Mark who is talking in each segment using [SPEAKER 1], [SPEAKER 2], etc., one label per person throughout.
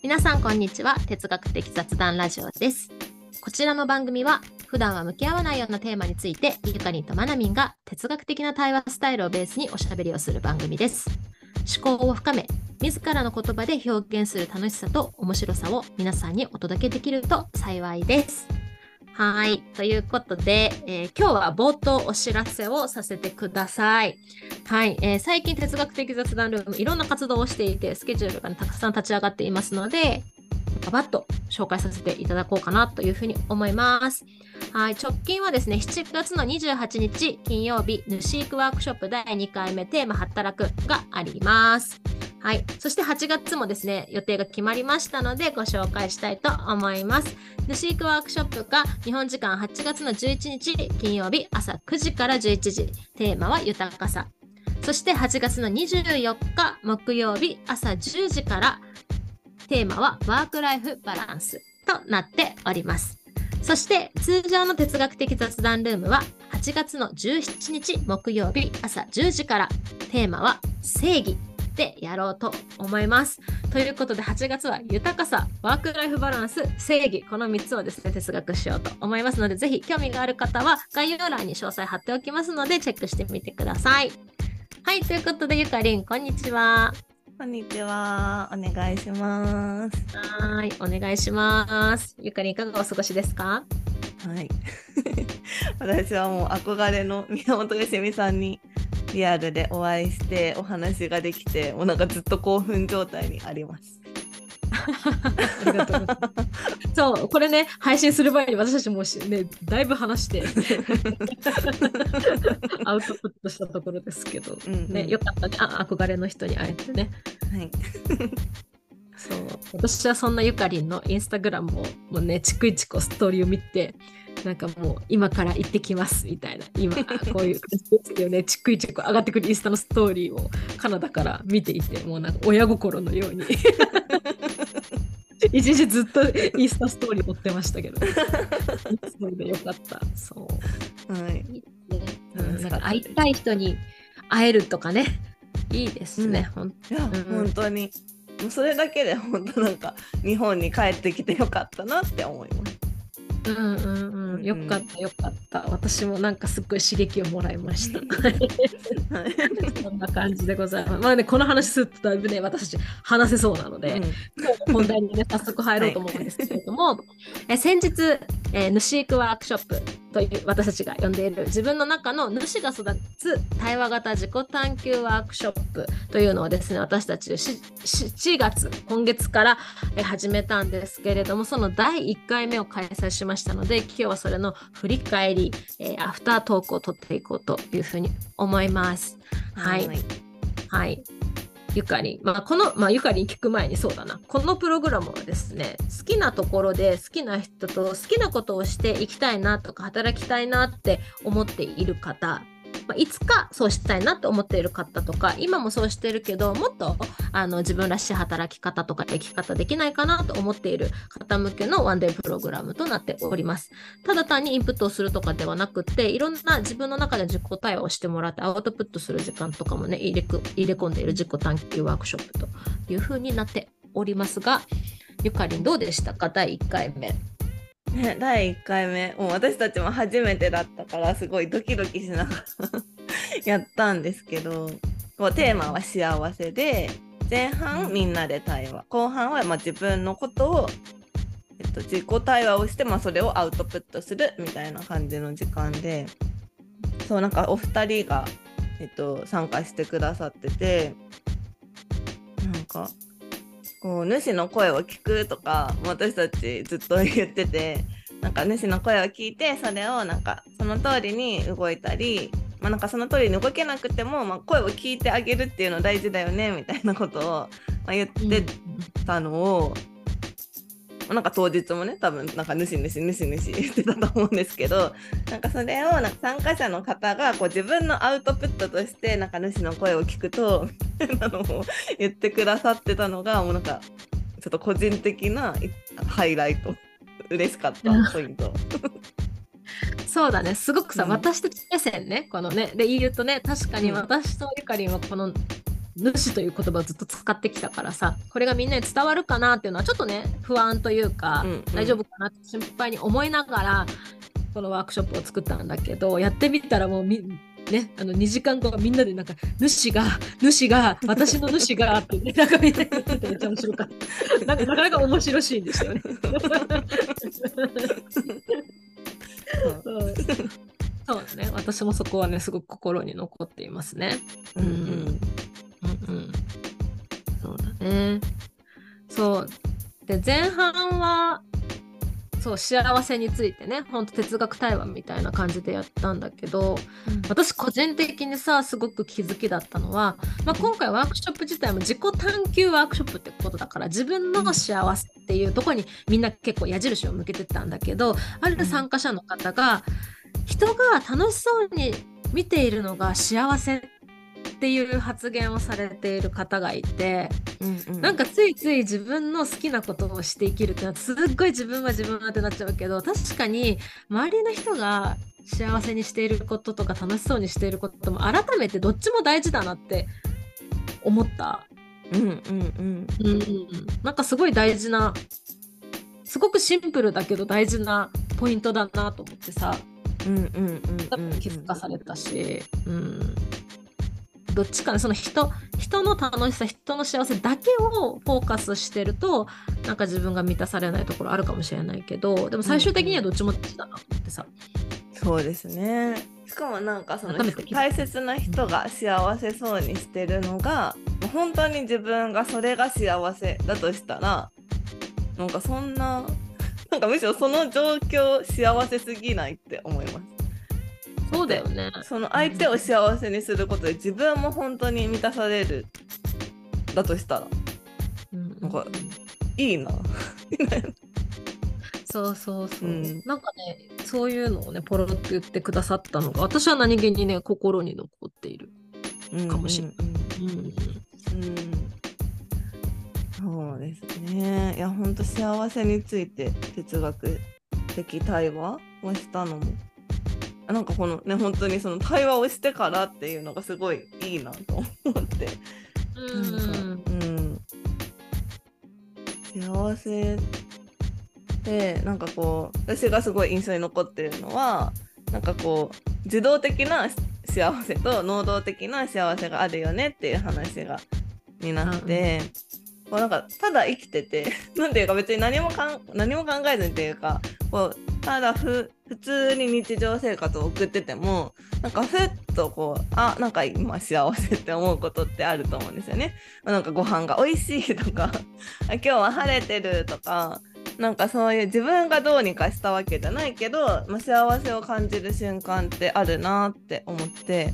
[SPEAKER 1] 皆さんこんにちは。哲学的雑談ラジオです。こちらの番組は普段は向き合わないようなテーマについてゆかりんとまなみんが哲学的な対話スタイルをベースにおしゃべりをする番組です。思考を深め、自らの言葉で表現する楽しさと面白さを皆さんにお届けできると幸いです。はい。ということで、今日は冒頭お知らせをさせてください。はい。最近哲学的雑談ルームいろんな活動をしていて、スケジュールが、たくさん立ち上がっていますので、ババッと紹介させていただこうかなというふうに思います。はい。直近はですね、7月の28日金曜日、ヌシークワークショップ第2回目テーマ働くがあります。はい。そして8月もですね、予定が決まりましたのでご紹介したいと思います。ヌシークワークショップが日本時間8月の11日金曜日朝9時から11時。テーマは豊かさ。そして8月の24日木曜日朝10時からテーマはワークライフバランスとなっております。そして通常の哲学的雑談ルームは8月の17日木曜日朝10時からテーマは正義でやろうと思います。ということで8月は豊かさ、ワークライフバランス、正義、この3つをですね哲学しようと思いますので、ぜひ興味がある方は概要欄に詳細貼っておきますのでチェックしてみてください。はい、ということでゆかりんこんにちは。
[SPEAKER 2] こんにちは。お願いします。
[SPEAKER 1] はい、お願いします。ゆかりんいかがお過ごしですか？
[SPEAKER 2] はい。私はもう憧れの宮本よしみさんにリアルでお会いしてお話ができて、もうなんかずっと興奮状態にあります。
[SPEAKER 1] ありがとうございます。そう、これね、配信する前に私たちもね、だいぶ話してアウトプットしたところですけど、ね、よかったね。憧れの人に会えてね。
[SPEAKER 2] はい。
[SPEAKER 1] そう、私はそんなゆかりんのインスタグラムをもうね、チクイチクストーリーを見て、なんかもう今から行ってきますみたいな、今こういう感じですよね、チクイチク上がってくるインスタのストーリーをカナダから見ていて、もうなんか親心のように一日ずっとインスタストーリー追ってましたけど、それでよかった。そう。
[SPEAKER 2] はい。
[SPEAKER 1] なんか会いたい人に会えるとかね、いいですね。
[SPEAKER 2] いや、本当に。もうそれだけで本当なんか日本に帰ってきてよかったなって思います。
[SPEAKER 1] よかったよかった。私もなんかすっごい刺激をもらいました。こんな感じでございます。まあね、この話するとだいぶね、私たち話せそうなので、今日の本題にね、早速入ろうと思うんですけれども、先日、ヌシークワークショップという私たちが呼んでいる自分の中の主が育つ対話型自己探求ワークショップというのをですね、私たち7月、今月から始めたんですけれども、その第1回目を開催しましたので、今日はそれの振り返り、アフタートークを取っていこうというふうに思います。はい。はい。ゆかりん。ゆかりん聞く前にそうだな。このプログラムはですね、好きなところで好きな人と好きなことをしていきたいなとか働きたいなって思っている方、いつかそうしたいなと思っている方とか、今もそうしてるけど、もっと自分らしい働き方とか生き方できないかなと思っている方向けのワンデープログラムとなっております。ただ単にインプットをするとかではなくて、いろんな自分の中で自己対話をしてもらってアウトプットする時間とかもね、入れ込んでいる自己探求ワークショップという風になっておりますが、ゆかりんどうでしたか？第1回目。
[SPEAKER 2] ね、第1回目もう私たちも初めてだったからすごいドキドキしながらやったんですけど、こうテーマは幸せで、前半みんなで対話、後半は自分のことを、自己対話をして、それをアウトプットするみたいな感じの時間で、そうなんかお二人が、参加してくださってて、なんかこう主の声を聞くとか私たちずっと言ってて、なんか主の声を聞いてそれをなんかその通りに動いたり、なんかその通りに動けなくても、声を聞いてあげるっていうの大事だよねみたいなことを、言ってたのを、なんか当日もね多分なんか主言ってたと思うんですけど、なんかそれをなんか参加者の方がこう自分のアウトプットとしてなんか主の声を聞くとなのを言ってくださってたのが、もうなんかちょっと個人的なハイライト、嬉しかったポイント。
[SPEAKER 1] そうだね、すごくさ、私たち目線ね、このねで言うとね、確かに私とゆかりんはこの主という言葉をずっと使ってきたからさ、これがみんなに伝わるかなっていうのはちょっとね不安というか、大丈夫かなって心配に思いながらこのワークショップを作ったんだけど、やってみたらもう2時間後みんなでなんか主が私の主がって、ね、なんかみんなで言っててめっちゃ面白かった。なかなか面白いシーンでしたよね。そうね、私もそこはねすごく心に残っていますね。そうだね。そうで、前半はそう幸せについてね、ほんと哲学対話みたいな感じでやったんだけど、私個人的にさすごく気づきだったのは、今回ワークショップ自体も自己探求ワークショップってことだから、自分の幸せっていうところにみんな結構矢印を向けてたんだけど、ある参加者の方が人が楽しそうに見ているのが幸せっていう発言をされている方がいて、なんかついつい自分の好きなことをして生きるってのはすっごい自分はってなっちゃうけど、確かに周りの人が幸せにしていることとか楽しそうにしていることも改めてどっちも大事だなって思った。なんかすごい大事な、すごくシンプルだけど大事なポイントだなと思ってさ、気づかされたし、どっちかね、その人の楽しさ、人の幸せだけをフォーカスしてるとなんか自分が満たされないところあるかもしれないけど、でも最終的にはどっちも大事だなと思ってさ。
[SPEAKER 2] そうですね。しかもなんかその大切な人が幸せそうにしてるのが、本当に自分がそれが幸せだとしたら、なんかそんな、なんかむしろその状況幸せすぎないって思います。
[SPEAKER 1] そうだよね。
[SPEAKER 2] その相手を幸せにすることで自分も本当に満たされるだとしたら、なんかいいな。
[SPEAKER 1] そう、なんかね、そういうのをねポロって言ってくださったのが、私は何気にね心に残っているかもしれない。
[SPEAKER 2] そうですね。いや本当幸せについて哲学的対話をしたのも、なんかこのね本当にその対話をしてからっていうのがすごいいいなと思って、幸せで、なんかこう私がすごい印象に残ってるのは、なんかこう受動的な幸せと能動的な幸せがあるよねっていう話になって、こうなんかただ生きててなんていうか別に何も考えずにっていうか、こうただ普通に日常生活を送ってても、なんかふっとこうなんか今幸せって思うことってあると思うんですよね。なんかご飯が美味しいとか今日は晴れてるとか、なんかそういう自分がどうにかしたわけじゃないけど、幸せを感じる瞬間ってあるなって思って、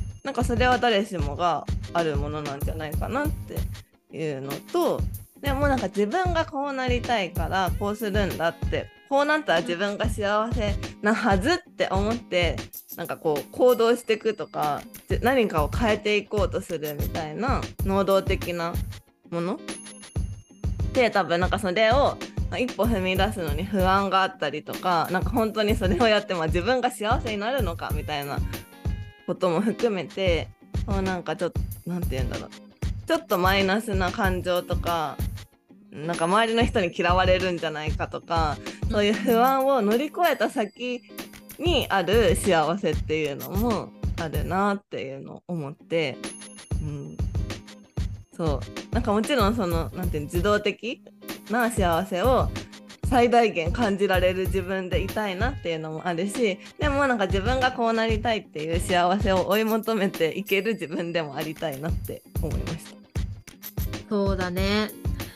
[SPEAKER 2] なんかそれは誰しもがあるものなんじゃないかなっていうのと、でもなんか自分がこうなりたいからこうするんだって、こうなったら自分が幸せなはずって思って、なんかこう行動していくとか、何かを変えていこうとするみたいな能動的なもので、多分なんかそれを一歩踏み出すのに不安があったりとか、なんか本当にそれをやって自分が幸せになるのかみたいなことも含めて、なんかちょっとなんて言うんだろう、ちょっとマイナスな感情とか、なんか周りの人に嫌われるんじゃないかとか、そういう不安を乗り越えた先にある幸せっていうのもあるなっていうのを思って、そうなんかもちろんそのなんていうの、自動的な幸せを最大限感じられる自分でいたいなっていうのもあるし、でもなんか自分がこうなりたいっていう幸せを追い求めていける自分でもありたいなって思いました。
[SPEAKER 1] そうだね。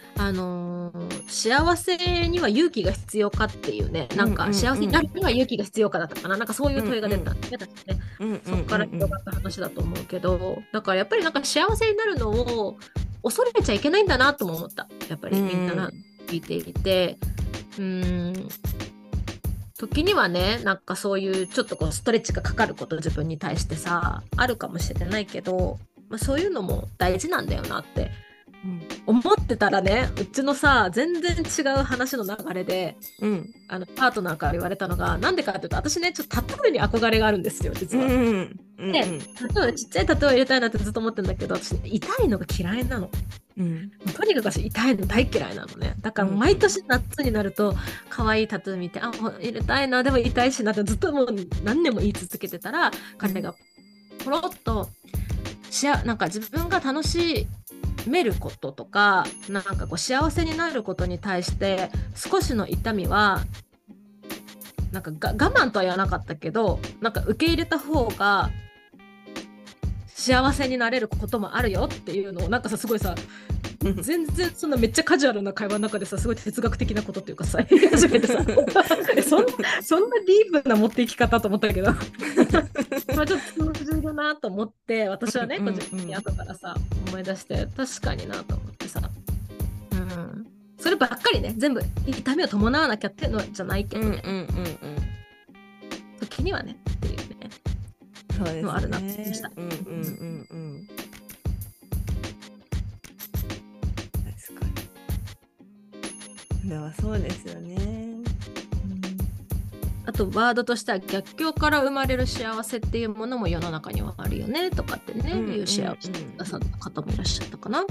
[SPEAKER 1] 幸せには勇気が必要かっていうね、なんか幸せになるには勇気が必要かだったかな、なんかそういう問いが出たんだね。そこから広がった話だと思うけど、だからやっぱりなんか幸せになるのを恐れちゃいけないんだなとも思った。やっぱりみんなが聞いていて、時にはね、なんかそういうちょっとこうストレッチがかかること自分に対してさあるかもしれないけど、そういうのも大事なんだよなって思ってたらね、うちのさ全然違う話の流れで、パートナーから言われたのが、なんでかっていうと、私ねちょっとタトゥーに憧れがあるんですよ実は。 で、例えばちっちゃい例えを入れたいなってずっと思ってるんだけど、私痛いのが嫌いなの。とにかく私痛いの大嫌いなのね。だから毎年夏になると可愛いタトゥー見て、もう入れたいな、でも痛いしなってずっともう何年も言い続けてたら、彼がポロッとなんか自分が楽しめることとか、なんかこう幸せになることに対して少しの痛みはなんか我慢とは言わなかったけど、なんか受け入れた方が幸せになれることもあるよっていうのをなんかさ、すごいさ、全然そんなめっちゃカジュアルな会話の中でさ、すごい哲学的なことっていうかさ、初めてさそんなディープな持っていき方と思ったけどまあちょっと通じるなと思って、私はね個人的に後からさ思い出して、確かになと思ってさ、そればっかりね、全部痛みを伴わなきゃっていうのじゃないけどね、時にはねっていうね、
[SPEAKER 2] そうですね、
[SPEAKER 1] のあるなって思いました。
[SPEAKER 2] 確かに。ではそうですよね。
[SPEAKER 1] あとワードとしては逆境から生まれる幸せっていうものも世の中にはあるよねとかってね、いうシェアをしてくださった方もいらっしゃったかな。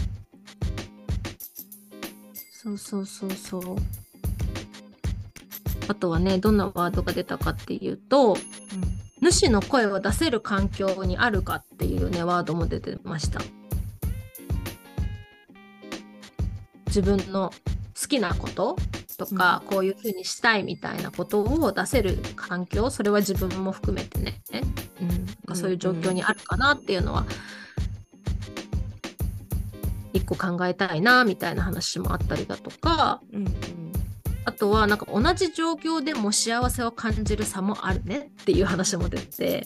[SPEAKER 1] そう。あとはね、どんなワードが出たかっていうと、主の声を出せる環境にあるかっていうね、ワードも出てました。自分の好きなこととか、こういうふうにしたいみたいなことを出せる環境、それは自分も含めてね、そういう状況にあるかなっていうのは一個考えたいなみたいな話もあったりだとか、あとはなんか同じ状況でも幸せを感じる差もあるねっていう話も出て、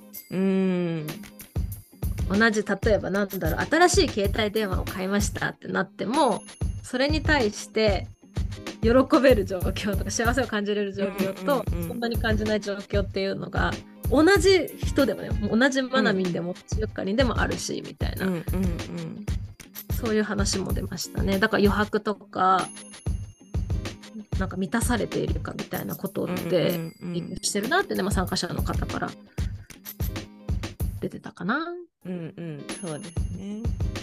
[SPEAKER 1] 同じ、例えばなんだろう、新しい携帯電話を買いましたってなっても、それに対して喜べる状況とか幸せを感じれる状況と、そんなに感じない状況っていうのが同じ人でもね、同じマナミンでもゆかりんでもあるしみたいな、そういう話も出ましたね。だから余白とかなんか満たされているかみたいなことって影響してるなってね、参加者の方から出てたかな。
[SPEAKER 2] そうですね。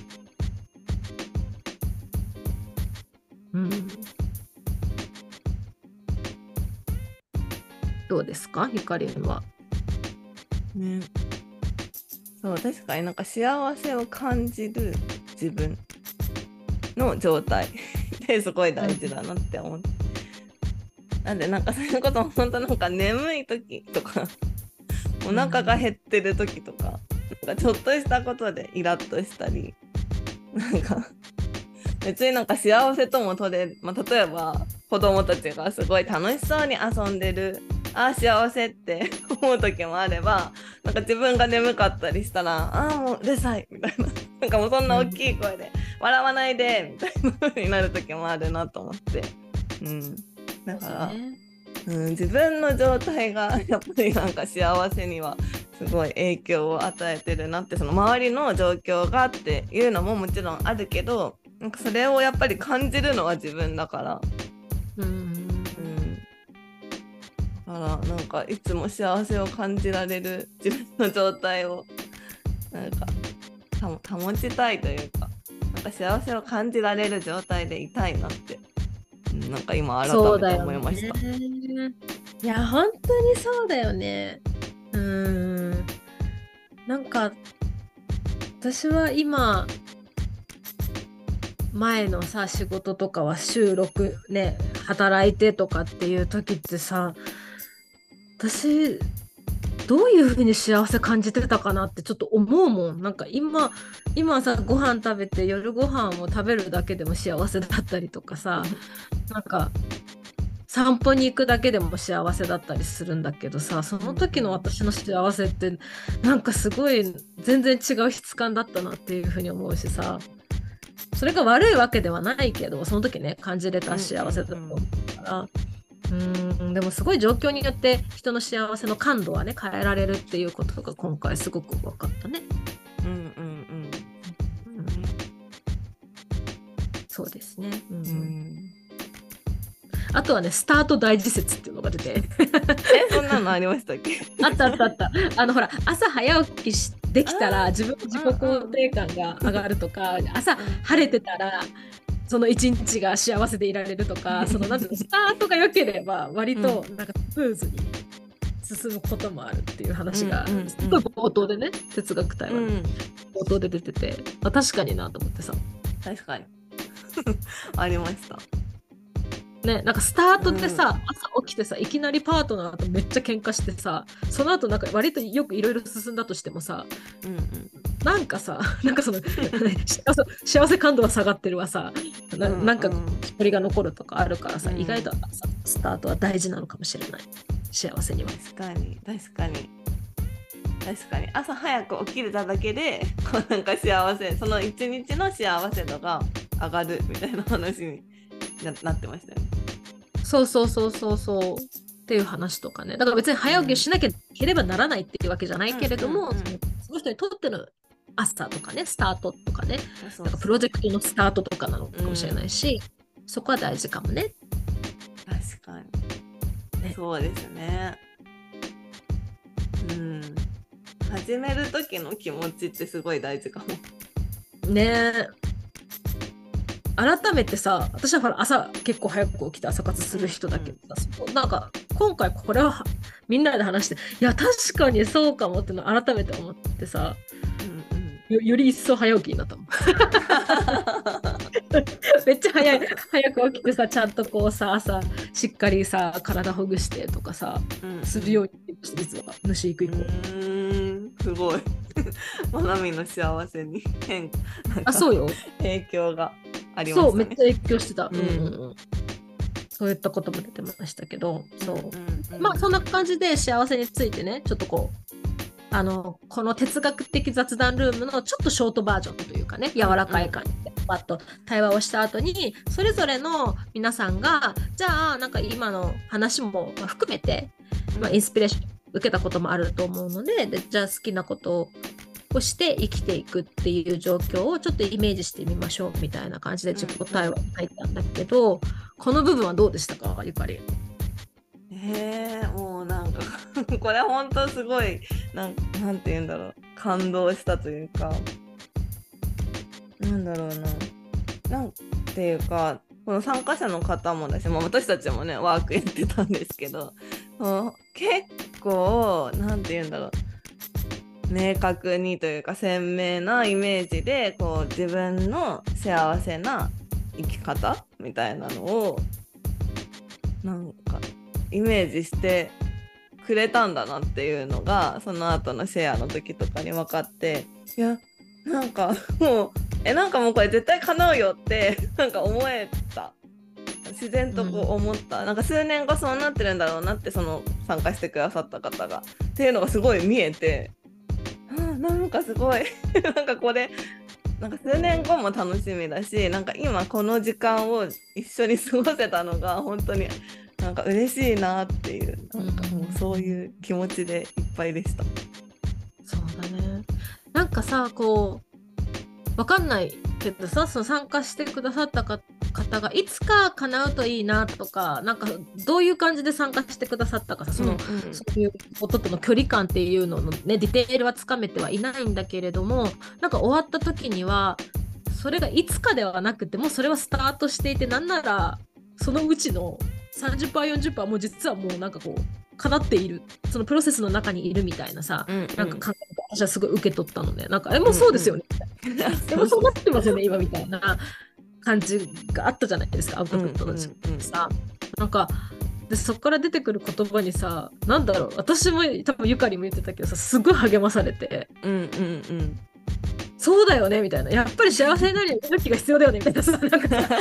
[SPEAKER 1] どうですか、ゆかりんは。
[SPEAKER 2] ね、そう、確かになんか幸せを感じる自分の状態ってすごい大事だなって思って、なんでなんかそういうことも本当なんか眠い時とかお腹が減ってる時とか、なんかちょっとしたことでイラッとしたり、なんか別になんか幸せとも取れる、例えば子供たちがすごい楽しそうに遊んでる、幸せって思う時もあれば、なんか自分が眠かったりしたら、もううるさいみたいな、なんかもうそんな大きい声で、笑わないでみたいな風になる時もあるなと思って、だから、自分の状態がやっぱりなんか幸せにはすごい影響を与えてるなって、その周りの状況がっていうのももちろんあるけど、なんかそれをやっぱり感じるのは自分だから、だからなんかいつも幸せを感じられる自分の状態をなんか保ちたいというか、なんか幸せを感じられる状態でいたいなって、なんか今改めて思いました。
[SPEAKER 1] いや本当にそうだよね。なんか私は今前のさ仕事とかは週6ね働いてとかっていう時ってさ、私どういう風に幸せ感じてたかなってちょっと思うもん。なんか今さご飯食べて夜ご飯を食べるだけでも幸せだったりとかさ、なんか散歩に行くだけでも幸せだったりするんだけどさ、その時の私の幸せってなんかすごい全然違う質感だったなっていう風に思うしさ、それが悪いわけではないけど、その時ね感じれた幸せだと思うから、でもすごい状況によって人の幸せの感度はね変えられるっていうことが今回すごく分かったね。そうですね。 あとはね、スタート大事説っていうのが出て
[SPEAKER 2] そんなのありましたっけ？
[SPEAKER 1] あったあったあった。ほら、朝早起きできたら自分の自己肯定感が上がるとか、朝晴れてたらその一日が幸せでいられるとか、そのなんていうの、スタートが良ければ割となんかスムーズに進むこともあるっていう話が、すごい冒頭でね、哲学対話の冒頭で出てて、確かになと思ってさ。
[SPEAKER 2] 確かにありました。
[SPEAKER 1] ね、なんかスタートってさ、朝起きてさ、いきなりパートナーとめっちゃ喧嘩してさ、その後なんか割とよくいろいろ進んだとしてもさ、なんかさ、なんかその幸せ感度は下がってるわさ、なんか距離が残るとかあるからさ、意外とスタートは大事なのかもしれない。幸せには。
[SPEAKER 2] 確かに朝早く起きれただけでこうなんか幸せ、その一日の幸せ度が上がるみたいな話になってましたよね。
[SPEAKER 1] そうっていう話とかね。だから別に早起きしなければならないっていうわけじゃないけれども、その人にとっての朝とかね、スタートとかね、なんかプロジェクトのスタートとかなのかもしれないし、そこは大事かもね。
[SPEAKER 2] 確かに、ね、そうですね。始める時の気持ちってすごい大事かも
[SPEAKER 1] ね。改めてさ、私はほら朝結構早く起きて朝活する人だけどさ、なんか今回これはみんなで話して、いや確かにそうかもっての改めて思ってさ、より一層早起きになったもんめっちゃ早く起きてさ、ちゃんとこうさ、朝しっかりさ体ほぐしてとかさ、するようにして、実は虫行く以降
[SPEAKER 2] すごいまなみの幸せに
[SPEAKER 1] そうよ、
[SPEAKER 2] 影響がありましたね。
[SPEAKER 1] そう、めっちゃ影響してた。そういったことも出てましたけど、まあそんな感じで幸せについてね、ちょっとこうこの哲学的雑談ルームのちょっとショートバージョンというかね、柔らかい感じでバッと対話をした後に、それぞれの皆さんがじゃあなんか今の話も含めて、インスピレーション受けたこともあると思うので、じゃあ好きなことをして生きていくっていう状況をちょっとイメージしてみましょうみたいな感じで自己対話に入ったんだけど、この部分はどうでしたか、ゆかり？
[SPEAKER 2] もうなんかこれは本当すごいなんて言うんだろう、感動したというか、なんだろうな、なんていうか、この参加者の方もだし、私たちもねワークやってたんですけど、結構なんて言うんだろう、明確にというか鮮明なイメージでこう自分の幸せな生き方みたいなのをなんかイメージしてくれたんだなっていうのが、その後のシェアの時とかに分かって、いやなんかもうこれ絶対叶うよってなんか思えた、自然とこう思った、なんか数年後そうなってるんだろうなって、その参加してくださった方がっていうのがすごい見えて、なんかすごいなんかこれなんか数年後も楽しみだし、なんか今この時間を一緒に過ごせたのが本当になんか嬉しいなっていう、なんかもうそういう気持ちでいっぱいでした。
[SPEAKER 1] そうだね。なんかさ、こうわかんないけどさ、その参加してくださった方がいつか叶うといいなとか、なんかどういう感じで参加してくださったかさ、そういうこととの距離感っていうののね、ディテールはつかめてはいないんだけれども、なんか終わった時にはそれがいつかではなくて、もうそれはスタートしていて、なんならそのうちの 30%、40% もう実はもうなんかこう叶っている、そのプロセスの中にいるみたいなさ、なんか私はすごい受け取ったのね。なんかもうそうですよね、でもそうなってますよね今みたいな感じがあったじゃないですか、アウトプットの時にさ、なんかでそこから出てくる言葉にさ、なんだろう、私も多分ゆかりも言ってたけどさ、すごい励まされて、そうだよねみたいな、やっぱり幸せになるには勇気が必要だよねみたいなさ、なんか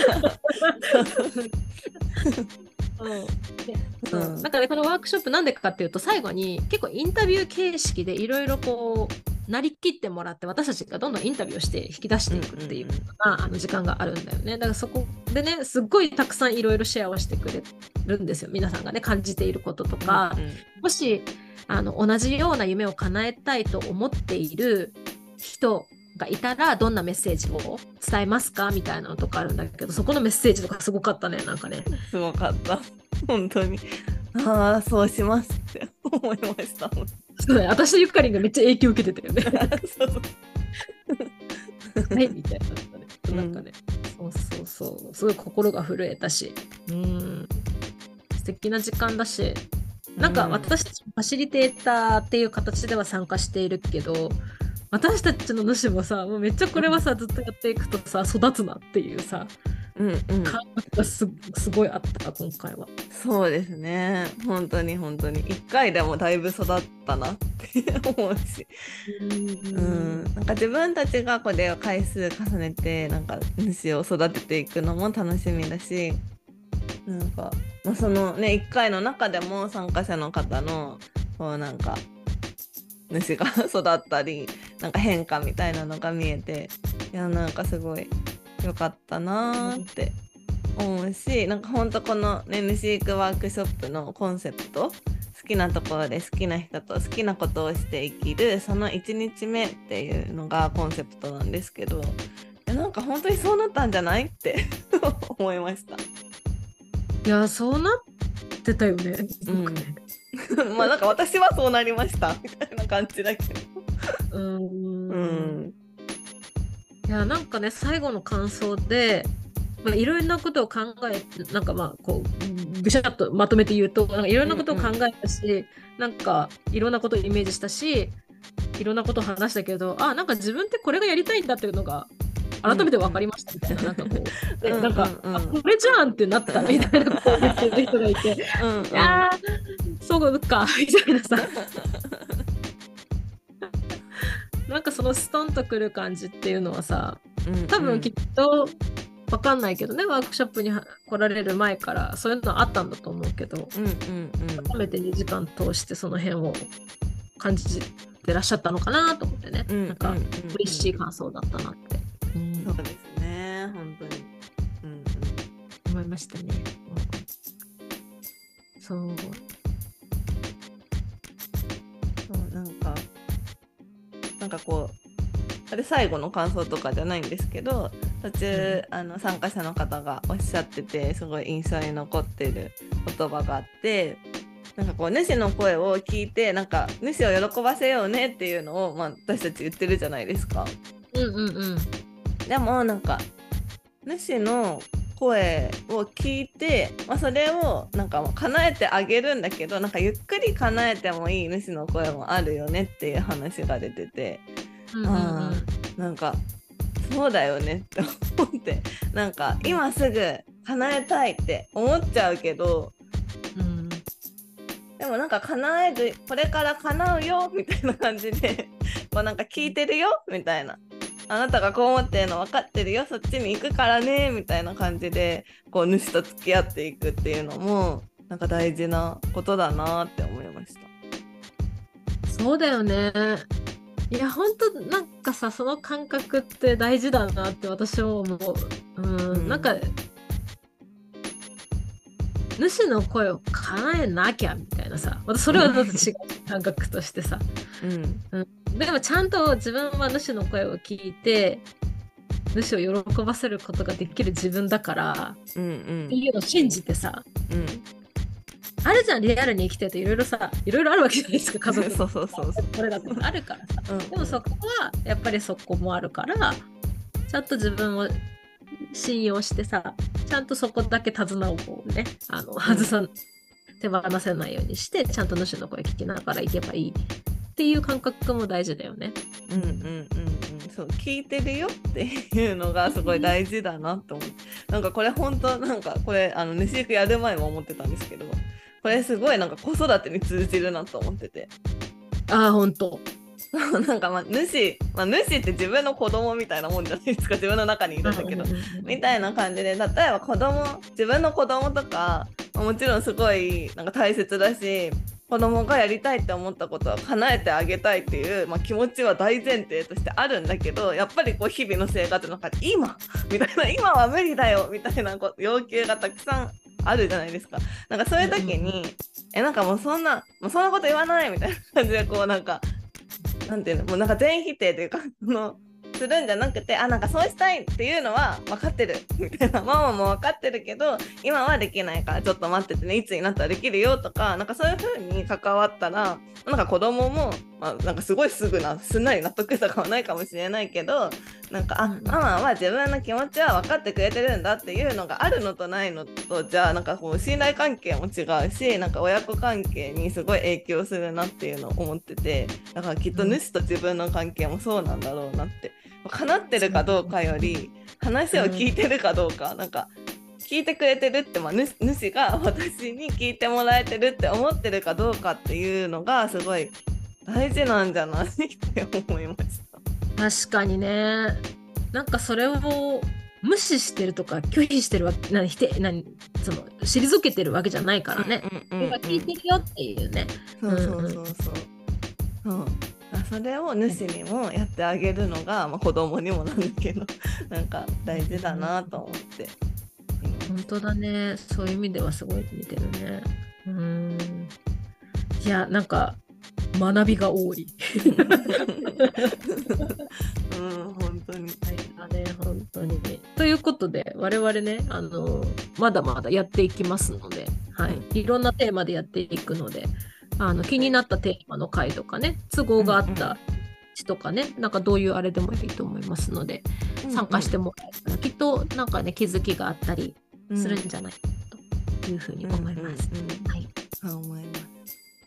[SPEAKER 1] だからこのワークショップなんでかっていうと、最後に結構インタビュー形式でいろいろこうなりきってもらって、私たちがどんどんインタビューをして引き出していくっていう時間があるんだよね。だからそこでね、すっごいたくさんいろいろシェアをしてくれるんですよ、皆さんがね感じていることとか、もし同じような夢を叶えたいと思っている人がいたらどんなメッセージを伝えますかみたいなのとかあるんだけど、そこのメッセージとかすごかったね、なんかね。
[SPEAKER 2] すごかった。本当に。ああ、そうしますって思いました。
[SPEAKER 1] そうね、私とゆかりんがめっちゃ影響受けてたよね。
[SPEAKER 2] そうそう
[SPEAKER 1] はいみたいな、なんかね、そうそうそう、すごい心が震えたし、素敵な時間だし、なんか私たちファシリテーターっていう形では参加しているけど、私たちの主もさ、もうめっちゃこれはさ、ずっとやっていくとさ、育つなっていうさ、感覚がすごいあった、今回は。
[SPEAKER 2] そうですね。本当に本当に。1回でもだいぶ育ったなって思うし。なんか自分たちがこれを回数重ねて、なんか主を育てていくのも楽しみだし、なんか、そのね、1回の中でも参加者の方の、こうなんか、主が育ったり、なんか変化みたいなのが見えて、いや、なんかすごい良かったなーって思うし、なんかほんとこのね、主育ワークショップのコンセプト、好きなところで好きな人と好きなことをして生きる、その1日目っていうのがコンセプトなんですけど、なんか本当にそうなったんじゃないって思いました。
[SPEAKER 1] いや、そうなってたよね。
[SPEAKER 2] まあなんか私はそうなりましたみたいな感じだけど。
[SPEAKER 1] いや、なんかね、最後の感想で、いろんなことを考えて、なんかこうぐしゃっとまとめて言うと、なんかいろんなことを考えたし、なんかいろんなことをイメージしたし、いろんなことを話したけど、なんか自分ってこれがやりたいんだっていうのが改めて分かりましたみたいな、なんかこうなんかこれじゃんってなったみたいなこう言ってる人がいて、いやそうかみたいなさなんかそのストンとくる感じっていうのはさ、多分きっと分かんないけどね、ワークショップに来られる前からそういうのあったんだと思うけど、改めて2時間通してその辺を感じてらっしゃったのかなと思ってね、なんか嬉しい感想だったなって、
[SPEAKER 2] そうですね、本当に、
[SPEAKER 1] 思いましたね。そう
[SPEAKER 2] なんかこうあれ最後の感想とかじゃないんですけど、途中、参加者の方がおっしゃっててすごい印象に残ってる言葉があって、なんかこう主の声を聞いて、なんか主を喜ばせようねっていうのを、私たち言ってるじゃないですか。でもなんか主の声を聞いて、それをなんか叶えてあげるんだけど、なんかゆっくり叶えてもいい主の声もあるよねっていう話が出てて、なんかそうだよねって思って、なんか今すぐ叶えたいって思っちゃうけど、でもなんか叶える、これから叶うよみたいな感じでこうなんか聞いてるよみたいな、あなたがこう思ってるの分かってるよ、そっちに行くからねみたいな感じでこう主と付き合っていくっていうのもなんか大事なことだなって思いました。
[SPEAKER 1] そうだよね。いや本当なんかさ、その感覚って大事だなって私は思う。なんか主の声を叶えなきゃみたいなさ、私それはまた違う感覚としてさ、でもちゃんと自分は主の声を聞いて主を喜ばせることができる自分だから、っていうのを信じてさ、あるじゃん、リアルに生きてるといろいろさ、いろいろあるわけじゃないですか、家族
[SPEAKER 2] そう
[SPEAKER 1] これだってあるからさ、でもそこはやっぱりそこもあるから、ちゃんと自分を信用してさ、ちゃんとそこだけ手綱をこうね、手放せないようにして、ちゃんと主の声聞きながらいけばいいっていう感覚も大事だよね。
[SPEAKER 2] そう聞いてるよっていうのがすごい大事だなと思って、なんかこれ本当なんかこれ主育やる前も思ってたんですけど、これすごいなんか子育てに通じるなと思ってて、
[SPEAKER 1] 本当
[SPEAKER 2] なんか主って自分の子供みたいなもんじゃないですか、自分の中にいるんだけど、みたいな感じで、例えば自分の子供とかもちろんすごいなんか大切だし、子供がやりたいって思ったことは叶えてあげたいっていう、気持ちは大前提としてあるんだけど、やっぱりこう日々の生活の中で今みたいな、今は無理だよみたいな要求がたくさんあるじゃないですか。なんかそういう時に、なんかもうそんなこと言わないみたいな感じで、こうなんていうの、もうなんか全否定というかするんじゃなくて、なんかそうしたいっていうのは分かってるみたいな、ママも分かってるけど今はできないからちょっと待っててね、いつになったらできるよとか、なんかそういう風に関わったら、なんか子供も、なんかすごいすんなり納得とかはないかもしれないけど、なんかママは自分の気持ちは分かってくれてるんだっていうのがあるのとないのと、じゃあなんかこう信頼関係も違うし、なんか親子関係にすごい影響するなっていうのを思ってて、だからきっと主と自分の関係もそうなんだろうなって、叶ってるかどうかより話を聞いてるかどうか、なんか聞いてくれてるって、主が私に聞いてもらえてるって思ってるかどうかっていうのがすごい大事なんじゃないって思いました。
[SPEAKER 1] 確かにね。なんかそれを無視してるとか拒否してるわけ、その退けてるわけじゃないからね。聞いてるよっていうね。
[SPEAKER 2] それを主にもやってあげるのが、子供にもなんだけどなんか大事だなと思って。
[SPEAKER 1] 本当だね。そういう意味ではすごい似てるね。いや、なんか学びが多い。
[SPEAKER 2] 本当に。
[SPEAKER 1] 本当に。ということで、我々ね、まだまだやっていきますので、いろんなテーマでやっていくので、気になったテーマの回とかね、都合があった地とかね、なんかどういうあれでもいいと思いますので、参加してもらえたら、きっとなんかね、気づきがあったりするんじゃないかというふうに思います。
[SPEAKER 2] そう思います。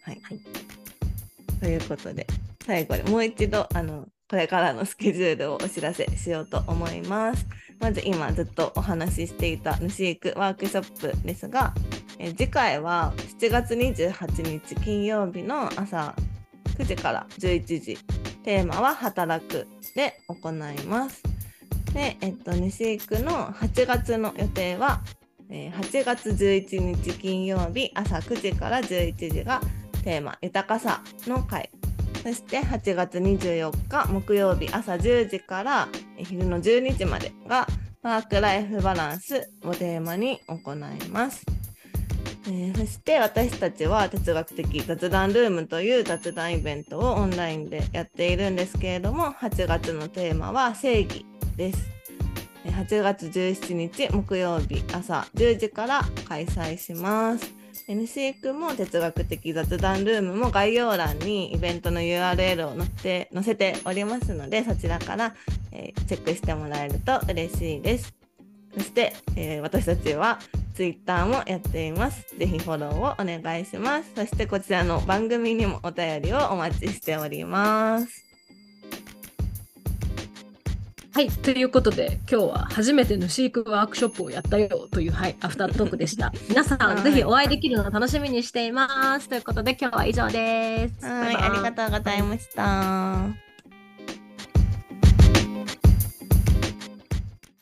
[SPEAKER 2] ということで、最後にもう一度これからのスケジュールをお知らせしようと思います。まず今ずっとお話ししていた主育ワークショップですが、次回は7月28日金曜日の朝9時から11時、テーマは働くで行います。で、西育の8月の予定は、8月11日金曜日朝9時から11時がテーマ豊かさの回、そして8月24日木曜日朝10時から昼の12時までがワークライフバランスをテーマに行います。そして私たちは哲学的雑談ルームという雑談イベントをオンラインでやっているんですけれども、8月のテーマは正義です。8月17日木曜日朝10時から開催します。西育も哲学的雑談ルームも概要欄にイベントの URL を載せておりますので、そちらから、チェックしてもらえると嬉しいです。そして、私たちは Twitter もやっています。ぜひフォローをお願いします。そしてこちらの番組にもお便りをお待ちしております。
[SPEAKER 1] はい、ということで今日は初めての飼育ワークショップをやったよという、アフタートークでした。皆さん、ぜひお会いできるのを楽しみにしています。ということで今日は以上です。
[SPEAKER 2] ありがとうございました。